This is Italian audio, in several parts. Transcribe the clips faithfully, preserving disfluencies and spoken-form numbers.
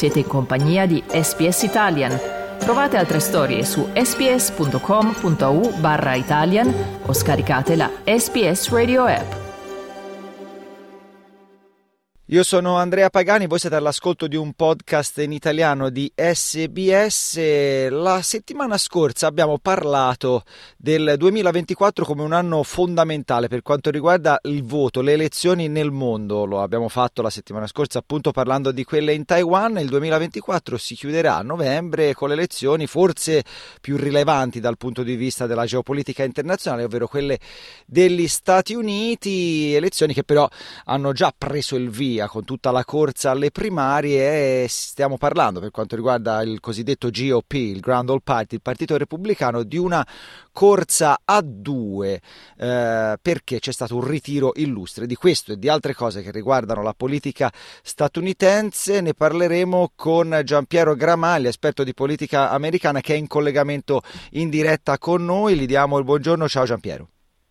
Siete in compagnia di S B S Italian. Trovate altre storie su sbs.com.au barra Italian o scaricate la S B S Radio app. Io sono Andrea Pagani, voi siete all'ascolto di un podcast in italiano di S B S. La settimana scorsa abbiamo parlato del duemilaventiquattro come un anno fondamentale per quanto riguarda il voto, le elezioni nel mondo. Lo abbiamo fatto la settimana scorsa appunto parlando di quelle in Taiwan. Il duemilaventiquattro si chiuderà a novembre con le elezioni forse più rilevanti dal punto di vista della geopolitica internazionale, ovvero quelle degli Stati Uniti, elezioni che però hanno già preso il via con tutta la corsa alle primarie. E stiamo parlando, per quanto riguarda il cosiddetto G O P, il Grand Old Party, il Partito Repubblicano, di una corsa a due eh, perché c'è stato un ritiro illustre. Di questo e di altre cose che riguardano la politica statunitense ne parleremo con Giampiero Gramaglia, esperto di politica americana, che è in collegamento in diretta con noi. Gli diamo il buongiorno. Ciao Giampiero.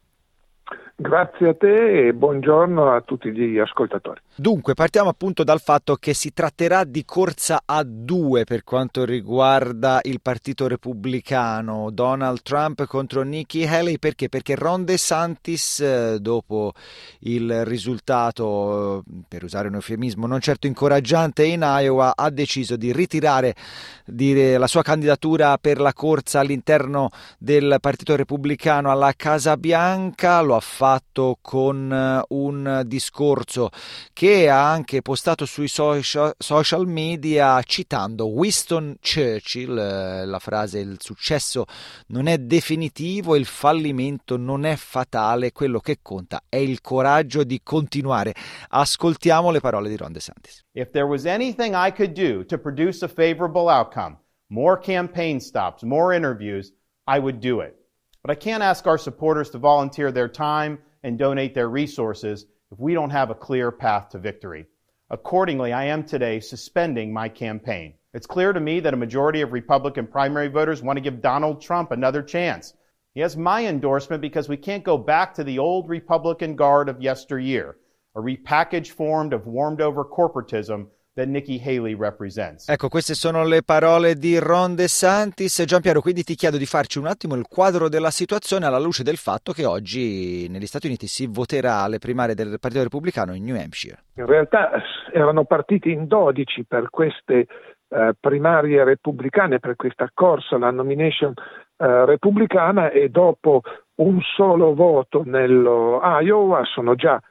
Grazie a te e buongiorno a tutti gli ascoltatori. Dunque, partiamo appunto dal fatto che si tratterà di corsa a due per quanto riguarda il Partito Repubblicano. Donald Trump contro Nikki Haley. Perché? Perché Ron DeSantis, dopo il risultato, per usare un eufemismo non certo incoraggiante in Iowa, ha deciso di ritirare di, la sua candidatura per la corsa all'interno del Partito Repubblicano alla Casa Bianca. Lo ha fatto con un discorso che ha anche postato sui social, social media citando Winston Churchill, la frase: il successo non è definitivo, il fallimento non è fatale, quello che conta è il coraggio di continuare. Ascoltiamo le parole di Ron DeSantis. If there was anything I could do to produce a favorable outcome, more campaign stops, more interviews, I would do it. But I can't ask our supporters to volunteer their time and donate their resources if we don't have a clear path to victory. Accordingly, I am today suspending my campaign. It's clear to me that a majority of Republican primary voters want to give Donald Trump another chance. He has my endorsement because we can't go back to the old Republican guard of yesteryear, a repackaged form of warmed-over corporatism that Nikki Haley represents. Ecco, queste sono le parole di Ron DeSantis. Giampiero, quindi ti chiedo di farci un attimo il quadro della situazione alla luce del fatto che oggi negli Stati Uniti si voterà alle primarie del Partito Repubblicano in New Hampshire. In realtà erano partiti in dodici per queste eh, primarie repubblicane, per questa corsa, la nomination eh, repubblicana, e dopo un solo voto nello Iowa sono già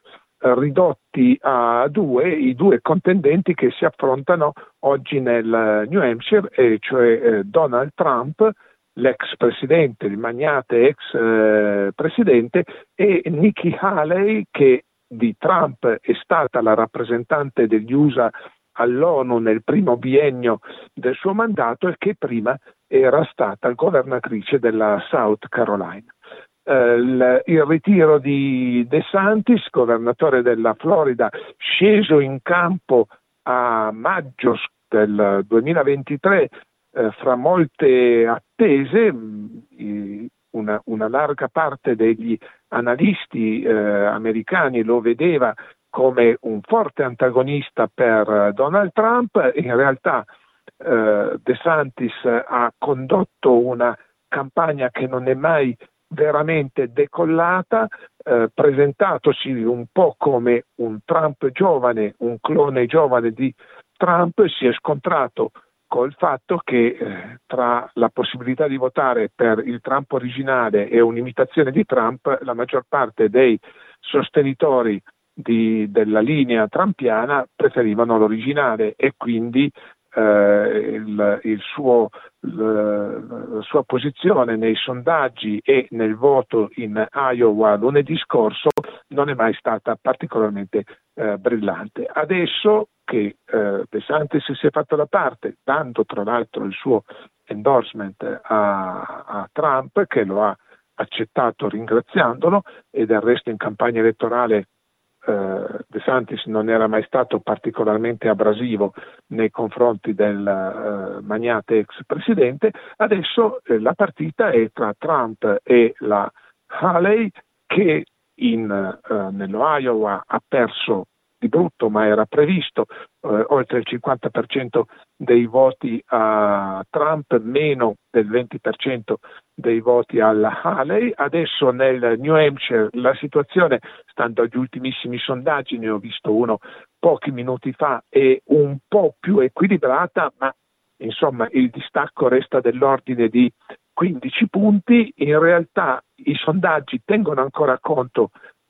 ridotti a due i due contendenti che si affrontano oggi nel New Hampshire, e cioè eh, Donald Trump, l'ex presidente, il magnate ex eh, presidente, e Nikki Haley, che di Trump è stata la rappresentante degli U S A all'ONU nel primo biennio del suo mandato e che prima era stata governatrice della South Carolina. Il, il ritiro di DeSantis, governatore della Florida, sceso in campo a maggio del duemilaventitré, eh, fra molte attese, mh, una, una larga parte degli analisti eh, americani lo vedeva come un forte antagonista per Donald Trump. In realtà eh, DeSantis ha condotto una campagna che non è mai veramente decollata, eh, presentatosi un po' come un Trump giovane, un clone giovane di Trump. Si è scontrato col fatto che eh, tra la possibilità di votare per il Trump originale e un'imitazione di Trump, la maggior parte dei sostenitori di, della linea trumpiana preferivano l'originale, e quindi eh, il, il suo, la, la sua posizione nei sondaggi e nel voto in Iowa lunedì scorso non è mai stata particolarmente eh, brillante. Adesso che eh, DeSantis si è fatto da parte, dando tra l'altro il suo endorsement a, a Trump, che lo ha accettato ringraziandolo, e del resto in campagna elettorale eh, DeSantis non era mai stato particolarmente abrasivo nei confronti del eh, magnate ex presidente. Adesso eh, la partita è tra Trump e la Haley, che in, eh, nello Iowa ha perso di brutto, ma era previsto, eh, oltre il cinquanta per cento dei voti a Trump, meno del venti per cento dei voti alla Haley. Adesso nel New Hampshire la situazione, stando agli ultimissimi sondaggi, ne ho visto uno pochi minuti fa, è un po' più equilibrata, ma insomma il distacco resta dell'ordine di quindici punti. In realtà i sondaggi tengono ancora conto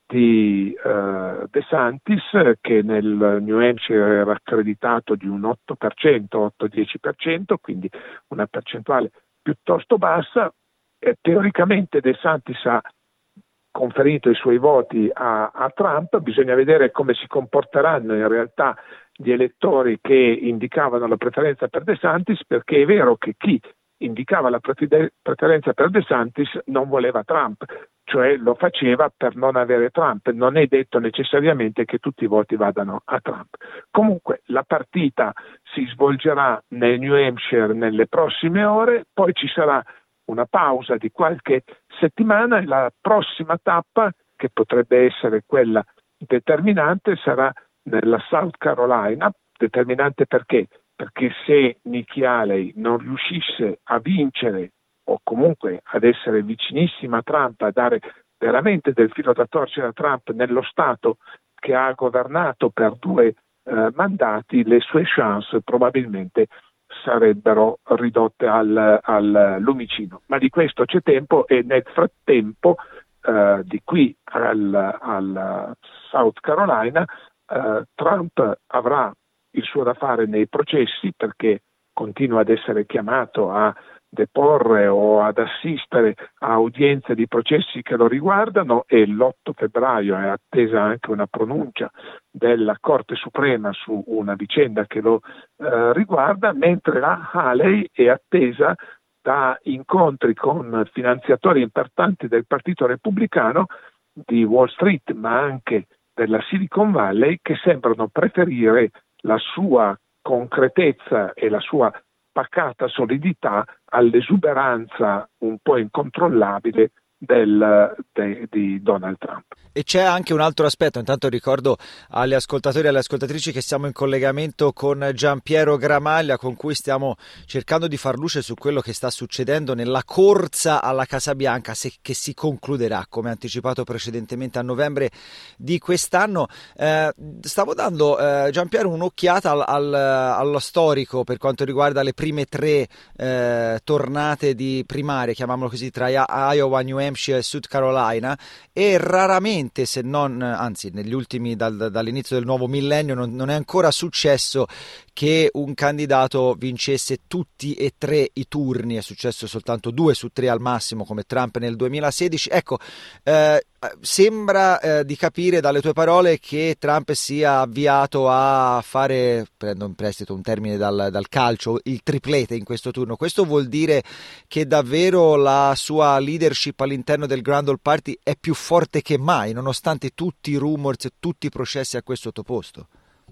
di uh, DeSantis, che nel New Hampshire era accreditato di un otto per cento, otto dieci per cento, quindi una percentuale piuttosto bassa. E teoricamente DeSantis ha conferito i suoi voti a, a Trump, bisogna vedere come si comporteranno in realtà gli elettori che indicavano la preferenza per DeSantis, perché è vero che chi indicava la preferenza per DeSantis non voleva Trump, cioè lo faceva per non avere Trump. Non è detto necessariamente che tutti i voti vadano a Trump. Comunque la partita si svolgerà nel New Hampshire nelle prossime ore, poi ci sarà una pausa di qualche settimana e la prossima tappa, che potrebbe essere quella determinante, sarà nella South Carolina. Determinante perché? Perché se Nikki Haley non riuscisse a vincere o comunque ad essere vicinissima a Trump, a dare veramente del filo da torcere a Trump nello Stato che ha governato per due eh, mandati, le sue chance probabilmente sarebbero ridotte al, al lumicino. Ma di questo c'è tempo e nel frattempo eh, di qui al, al South Carolina eh, Trump avrà il suo da fare nei processi, perché continua ad essere chiamato a deporre o ad assistere a udienze di processi che lo riguardano, e l'otto febbraio è attesa anche una pronuncia della Corte Suprema su una vicenda che lo eh, riguarda, mentre la Haley è attesa da incontri con finanziatori importanti del Partito Repubblicano di Wall Street, ma anche della Silicon Valley, che sembrano preferire la sua concretezza e la sua pacata solidità all'esuberanza un po' incontrollabile del, de, di Donald Trump. E c'è anche un altro aspetto. Intanto ricordo agli ascoltatori e alle ascoltatrici che siamo in collegamento con Giampiero Gramaglia, con cui stiamo cercando di far luce su quello che sta succedendo nella corsa alla Casa Bianca, se, che si concluderà, come anticipato precedentemente, a novembre di quest'anno. Eh, stavo dando, eh, Giampiero, un'occhiata al, al, allo storico per quanto riguarda le prime tre eh, tornate di primarie, chiamiamolo così, tra Iowa, New Hampshire e South Carolina, e raramente, se non, anzi negli ultimi dal, dall'inizio del nuovo millennio, non, non è ancora successo che un candidato vincesse tutti e tre i turni. È successo soltanto due su tre al massimo, come Trump nel duemilasedici. Ecco, eh, sembra eh, di capire dalle tue parole che Trump sia avviato a fare, prendo in prestito un termine dal, dal calcio, il triplete in questo turno. Questo vuol dire che davvero la sua leadership all'interno del Grand Old Party è più forte che mai, nonostante tutti i rumors e tutti i processi a cui è sottoposto?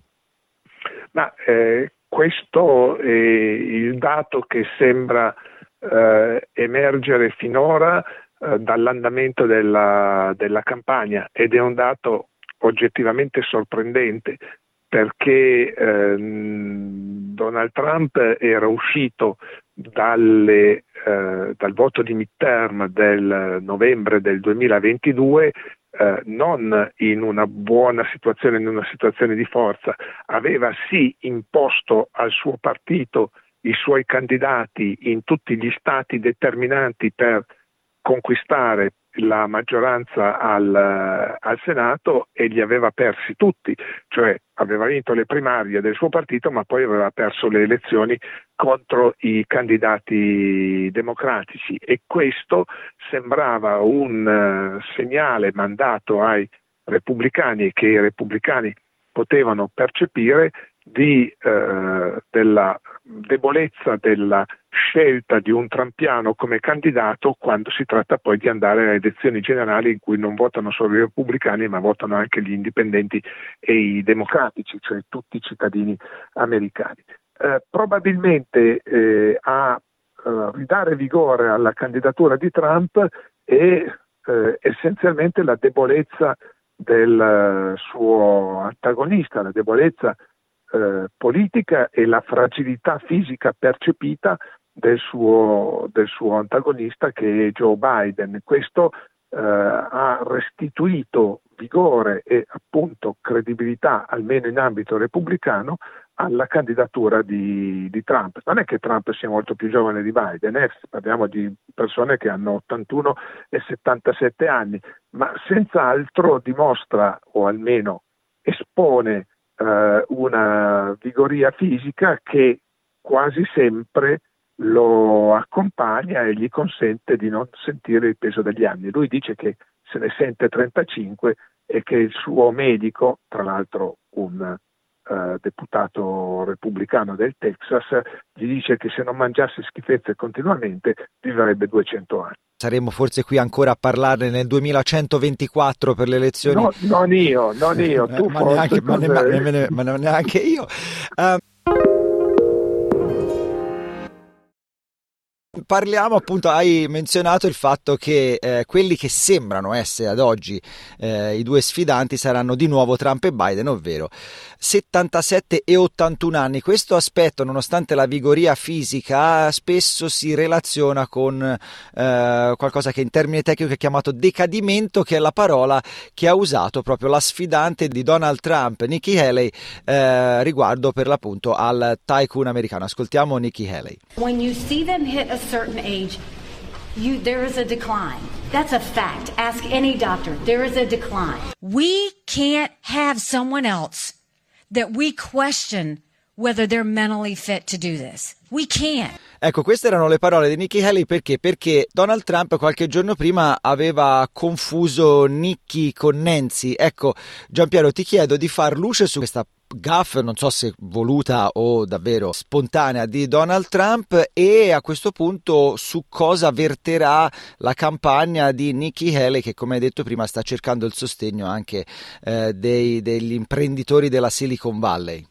Ma eh, questo è il dato che sembra eh, emergere finora eh, dall'andamento della, della campagna, ed è un dato oggettivamente sorprendente, perché eh, Donald Trump era uscito dalle, eh, dal voto di midterm del novembre del duemilaventidue Eh, non in una buona situazione, in una situazione di forza. Aveva sì imposto al suo partito i suoi candidati in tutti gli stati determinanti per conquistare la maggioranza al, al Senato, e li aveva persi tutti, cioè aveva vinto le primarie del suo partito, ma poi aveva perso le elezioni contro i candidati democratici, e questo sembrava un uh, segnale mandato ai repubblicani, e che i repubblicani potevano percepire, di uh, della debolezza della scelta di un trumpiano come candidato, quando si tratta poi di andare alle elezioni generali in cui non votano solo i repubblicani, ma votano anche gli indipendenti e i democratici, cioè tutti i cittadini americani. Eh, probabilmente eh, a eh, ridare vigore alla candidatura di Trump è eh, essenzialmente la debolezza del suo antagonista, la debolezza eh, politica e la fragilità fisica percepita del suo, del suo antagonista, che è Joe Biden. Questo eh, ha restituito vigore e appunto credibilità, almeno in ambito repubblicano, alla candidatura di, di Trump. Non è che Trump sia molto più giovane di Biden, eh? Parliamo di persone che hanno ottantuno e settantasette anni, ma senz'altro dimostra, o almeno espone, eh, una vigoria fisica che quasi sempre lo accompagna e gli consente di non sentire il peso degli anni. Lui dice che se ne sente trentacinque e che il suo medico, tra l'altro un Uh, deputato repubblicano del Texas, gli dice che se non mangiasse schifezze continuamente vivrebbe duecento anni. Saremmo forse qui ancora a parlarne nel duemilacentoventiquattro per le elezioni. No, non io, non io, tu ma, neanche, ma, ne, ma, ne, ma neanche io. Uh, Parliamo appunto, hai menzionato il fatto che eh, quelli che sembrano essere ad oggi eh, i due sfidanti saranno di nuovo Trump e Biden, ovvero settantasette e ottantuno anni. Questo aspetto, nonostante la vigoria fisica, spesso si relaziona con eh, qualcosa che in termini tecnici è chiamato decadimento, che è la parola che ha usato proprio la sfidante di Donald Trump, Nikki Haley, eh, riguardo per l'appunto al tycoon americano. Ascoltiamo Nikki Haley. When you see them hit a certain age, you there is a decline. That's a fact. Ask any doctor. There is a decline. We can't have someone else that we question whether they're mentally fit to do this. We can't. Ecco, queste erano le parole di Nikki Haley perché? Perché Donald Trump qualche giorno prima aveva confuso Nikki con Nancy. Ecco, Giampiero, ti chiedo di far luce su questa gaffe, non so se voluta o davvero spontanea, di Donald Trump, e a questo punto su cosa verterà la campagna di Nikki Haley, che come hai detto prima sta cercando il sostegno anche eh, dei, degli imprenditori della Silicon Valley.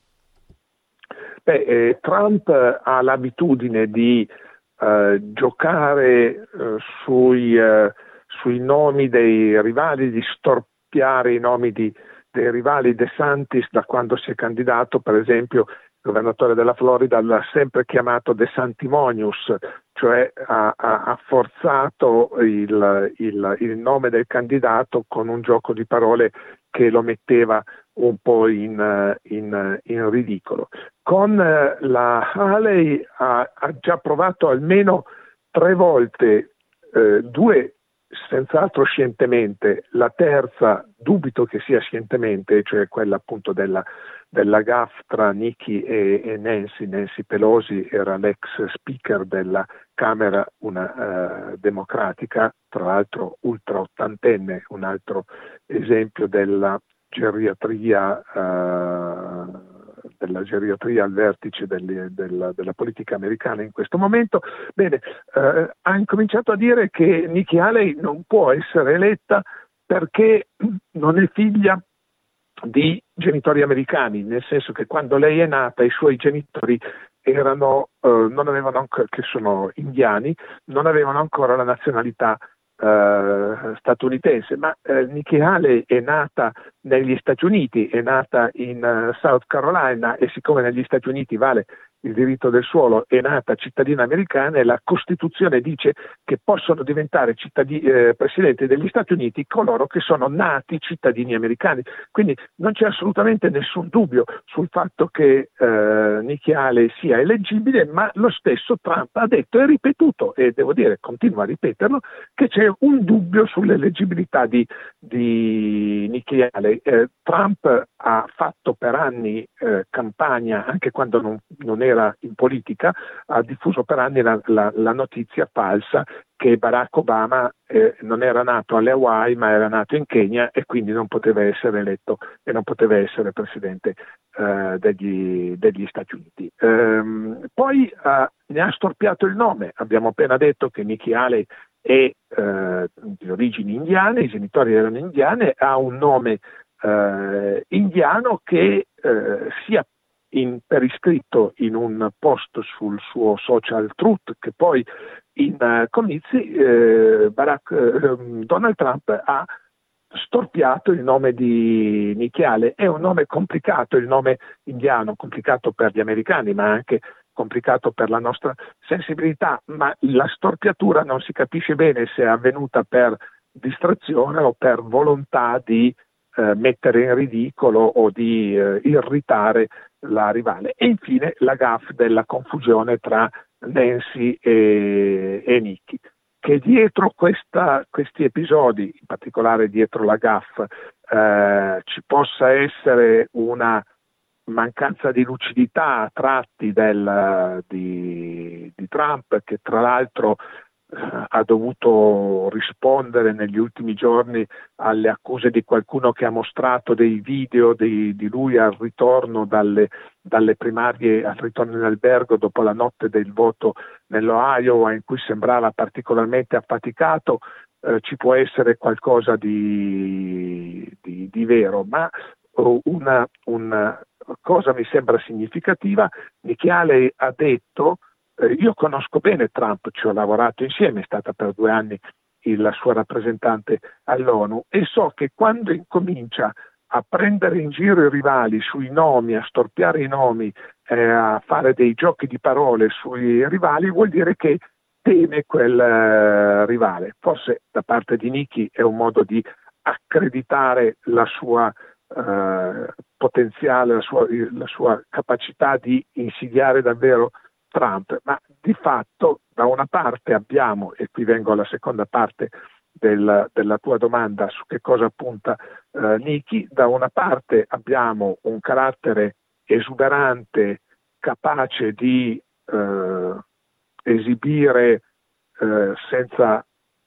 Beh, eh, Trump ha l'abitudine di eh, giocare eh, sui, eh, sui nomi dei rivali, di storpiare i nomi di dei rivali. DeSantis, da quando si è candidato, per esempio, il governatore della Florida l'ha sempre chiamato De Santimonious, cioè ha, ha, ha forzato il, il, il nome del candidato con un gioco di parole che lo metteva un po' in, in, in ridicolo. Con la Haley ha, ha già provato almeno tre volte, eh, due senz'altro scientemente, la terza dubito che sia scientemente, cioè quella appunto della, della gaffe tra Nikki e, e Nancy. Nancy Pelosi era l'ex speaker della Camera, una uh, democratica, tra l'altro ultra ottantenne, un altro esempio della geriatria uh, della geriatria al vertice delle, della, della politica americana in questo momento. Bene, eh, ha incominciato a dire che Nikki Haley non può essere eletta perché non è figlia di genitori americani, nel senso che quando lei è nata i suoi genitori erano, eh, non avevano ancora, che sono indiani, non avevano ancora la nazionalità Uh, statunitense, ma uh, Nikki Haley è nata negli Stati Uniti, è nata in uh, South Carolina, e siccome negli Stati Uniti vale il diritto del suolo, è nata cittadina americana, e la Costituzione dice che possono diventare cittadini, eh, presidenti degli Stati Uniti coloro che sono nati cittadini americani. Quindi non c'è assolutamente nessun dubbio sul fatto che eh, Nikki Haley sia eleggibile, ma lo stesso Trump ha detto e ripetuto, e devo dire continua a ripeterlo, che c'è un dubbio sull'eleggibilità di, di Nikki Haley. Eh, Trump ha fatto per anni eh, campagna, anche quando non, non era in politica, ha diffuso per anni la, la, la notizia falsa che Barack Obama eh, non era nato alle Hawaii ma era nato in Kenya e quindi non poteva essere eletto e non poteva essere presidente eh, degli, degli Stati Uniti. Ehm, poi eh, ne ha storpiato il nome. Abbiamo appena detto che Nikki Haley è eh, di origini indiane, i genitori erano indiani, ha un nome eh, indiano che eh, sia in, per iscritto in un post sul suo social Truth, che poi in uh, comizi eh, Barack, eh, Donald Trump ha storpiato il nome di Nikki Haley. È un nome complicato, il nome indiano, complicato per gli americani, ma anche complicato per la nostra sensibilità, ma la storpiatura non si capisce bene se è avvenuta per distrazione o per volontà di eh, mettere in ridicolo o di eh, irritare la rivale. E infine la gaffe della confusione tra Nancy e, e Nikki, che dietro questa, questi episodi, in particolare dietro la gaffe, eh, ci possa essere una mancanza di lucidità a tratti del, di, di Trump, che tra l'altro eh, ha dovuto rispondere negli ultimi giorni alle accuse di qualcuno che ha mostrato dei video di, di lui al ritorno dalle, dalle primarie, al ritorno in albergo dopo la notte del voto nell'Iowa, in cui sembrava particolarmente affaticato. Eh, ci può essere qualcosa di, di, di vero, ma una, una cosa mi sembra significativa. Nikki Haley ha detto: eh, io conosco bene Trump, ci ho lavorato insieme, è stata per due anni il, la sua rappresentante all'ONU, e so che quando incomincia a prendere in giro i rivali sui nomi, a storpiare i nomi, eh, a fare dei giochi di parole sui rivali, vuol dire che teme quel eh, rivale. Forse da parte di Nikki è un modo di accreditare la sua Uh, potenziale, la sua, la sua capacità di insidiare davvero Trump, ma di fatto da una parte abbiamo, e qui vengo alla seconda parte del, della tua domanda su che cosa punta uh, Nikki, da una parte abbiamo un carattere esuberante, capace di uh, esibire uh, senza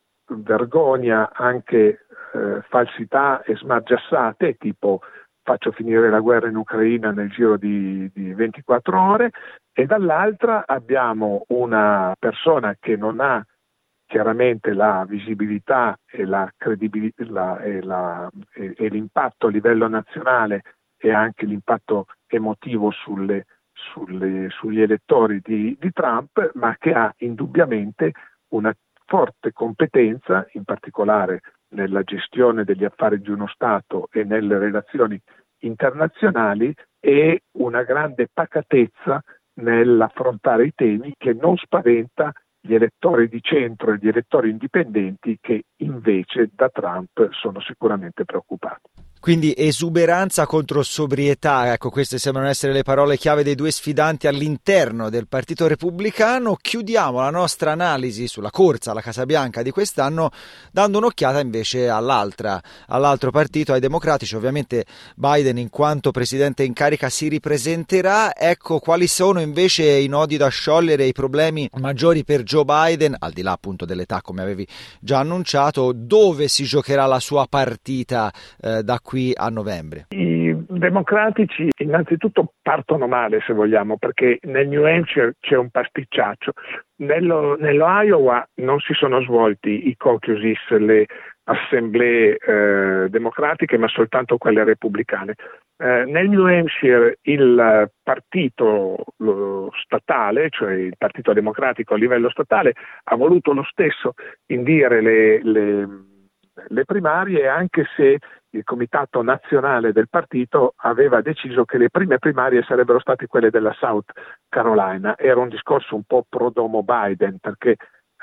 vergogna anche eh, falsità e smargiassate, tipo faccio finire la guerra in Ucraina nel giro di, di ventiquattro ore, e dall'altra abbiamo una persona che non ha chiaramente la visibilità e la credibilità e, la, e, e l'impatto a livello nazionale e anche l'impatto emotivo sulle, sulle, sugli elettori di, di Trump, ma che ha indubbiamente una forte competenza, in particolare nella gestione degli affari di uno Stato e nelle relazioni internazionali, e una grande pacatezza nell'affrontare i temi, che non spaventa gli elettori di centro e gli elettori indipendenti, che invece da Trump sono sicuramente preoccupati. Quindi esuberanza contro sobrietà, ecco, queste sembrano essere le parole chiave dei due sfidanti all'interno del Partito Repubblicano. Chiudiamo la nostra analisi sulla corsa alla Casa Bianca di quest'anno dando un'occhiata invece all'altra, all'altro partito, ai democratici. Ovviamente Biden, in quanto presidente in carica, si ripresenterà. Ecco quali sono invece i nodi da sciogliere, i problemi maggiori per Joe Biden, al di là appunto dell'età, come avevi già annunciato. Dove si giocherà la sua partita eh, da qui a novembre? I democratici innanzitutto partono male, se vogliamo, perché nel New Hampshire c'è un pasticciaccio. Nello, nello Iowa non si sono svolti i caucuses, le assemblee eh, democratiche, ma soltanto quelle repubblicane. Eh, nel New Hampshire il partito lo, statale, cioè il Partito Democratico a livello statale, ha voluto lo stesso indire le, le, le primarie, anche se il comitato nazionale del partito aveva deciso che le prime primarie sarebbero state quelle della South Carolina. Era un discorso un po' pro domo Biden, perché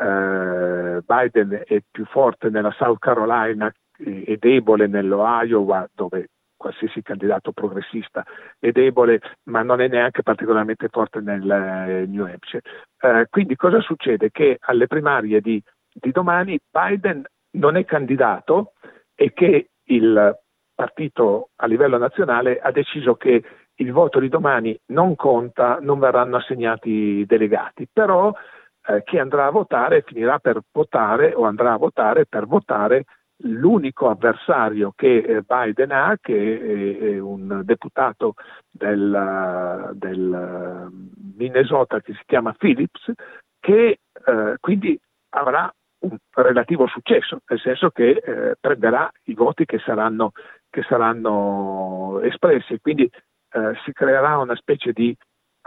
eh, Biden è più forte nella South Carolina e debole nello Iowa, dove qualsiasi candidato progressista è debole, ma non è neanche particolarmente forte nel eh, New Hampshire. Eh, quindi cosa succede? Che alle primarie di, di domani Biden non è candidato, e che il partito a livello nazionale ha deciso che il voto di domani non conta, non verranno assegnati delegati, però eh, chi andrà a votare finirà per votare o andrà a votare per votare l'unico avversario che eh, Biden ha, che è, è un deputato del, del Minnesota che si chiama Phillips, che eh, quindi avrà un relativo successo, nel senso che eh, prenderà i voti che saranno, che saranno espressi, quindi eh, si creerà una specie di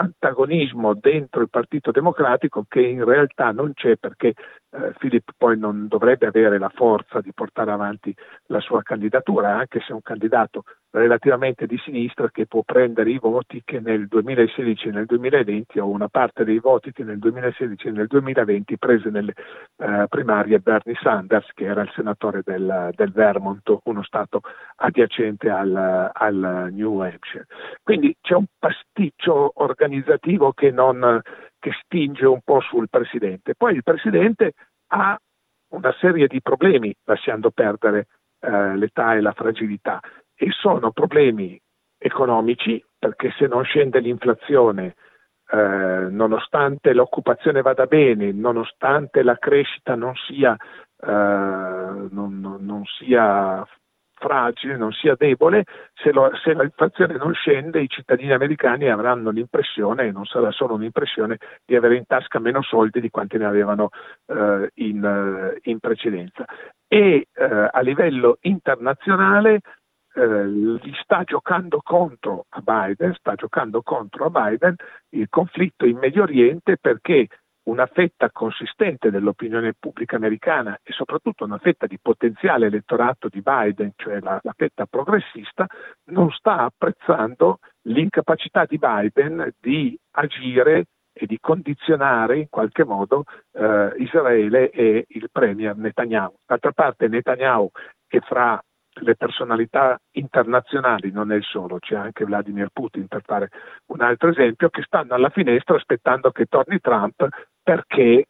antagonismo dentro il Partito Democratico che in realtà non c'è, perché eh, Philip poi non dovrebbe avere la forza di portare avanti la sua candidatura, anche se è un candidato relativamente di sinistra che può prendere i voti che nel duemilasedici e nel duemilaventi, o una parte dei voti che nel duemilasedici e nel duemilaventi prese nelle eh, primarie Bernie Sanders, che era il senatore del, del Vermont, uno stato adiacente al, al New Hampshire. Quindi c'è un pasticcio organizzativo che, non, che stinge un po' sul Presidente. Poi il Presidente ha una serie di problemi, lasciando perdere eh, l'età e la fragilità, e sono problemi economici, perché se non scende l'inflazione, eh, nonostante l'occupazione vada bene, nonostante la crescita non sia, eh, non, non, non sia fragile, non sia debole, se, lo, se l'inflazione non scende, i cittadini americani avranno l'impressione, e non sarà solo un'impressione, di avere in tasca meno soldi di quanti ne avevano eh, in, eh, in precedenza. E eh, a livello internazionale eh, gli sta giocando contro a Biden, sta giocando contro a Biden il conflitto in Medio Oriente, perché una fetta consistente dell'opinione pubblica americana e soprattutto una fetta di potenziale elettorato di Biden, cioè la, la fetta progressista, non sta apprezzando l'incapacità di Biden di agire e di condizionare in qualche modo eh, Israele e il premier Netanyahu. D'altra parte Netanyahu è fra le personalità internazionali, non è il solo, c'è anche Vladimir Putin, per fare un altro esempio, che stanno alla finestra aspettando che torni Trump, perché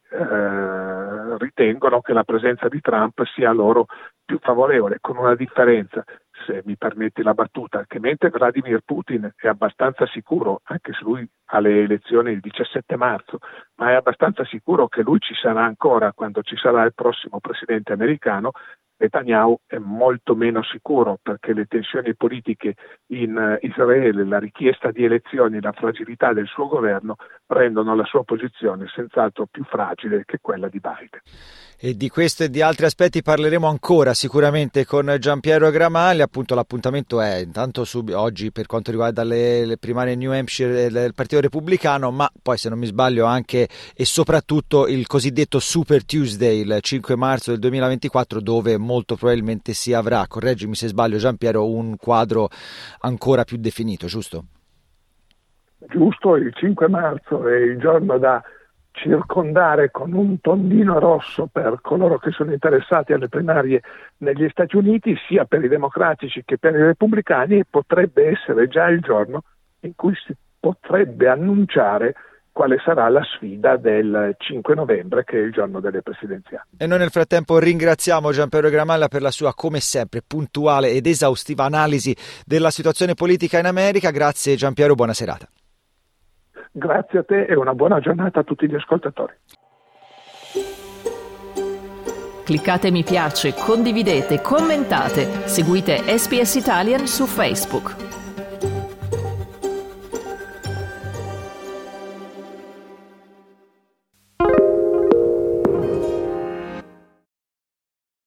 eh, ritengono che la presenza di Trump sia loro più favorevole, con una differenza, se mi permetti la battuta, che mentre Vladimir Putin è abbastanza sicuro, anche se lui ha le elezioni il diciassette marzo, ma è abbastanza sicuro che lui ci sarà ancora quando ci sarà il prossimo presidente americano, Netanyahu è molto meno sicuro, perché le tensioni politiche in Israele, la richiesta di elezioni, la fragilità del suo governo rendono la sua posizione senz'altro più fragile che quella di Biden. E di questo e di altri aspetti parleremo ancora sicuramente con Giampiero Gramaglia. Appunto l'appuntamento è intanto sub- oggi per quanto riguarda le, le primarie New Hampshire del Partito Repubblicano, ma poi, se non mi sbaglio, anche e soprattutto il cosiddetto Super Tuesday il cinque marzo del duemilaventiquattro, dove molto probabilmente si avrà, correggimi se sbaglio Giampiero, un quadro ancora più definito, giusto? Giusto, il cinque marzo è il giorno da circondare con un tondino rosso per coloro che sono interessati alle primarie negli Stati Uniti, sia per i democratici che per i repubblicani, e potrebbe essere già il giorno in cui si potrebbe annunciare quale sarà la sfida del cinque novembre, che è il giorno delle presidenziali. E noi nel frattempo ringraziamo Giampiero Gramaglia per la sua, come sempre, puntuale ed esaustiva analisi della situazione politica in America. Grazie Giampiero, buona serata. Grazie a te e una buona giornata a tutti gli ascoltatori. Cliccate mi piace, condividete, commentate, seguite S B S Italian su Facebook.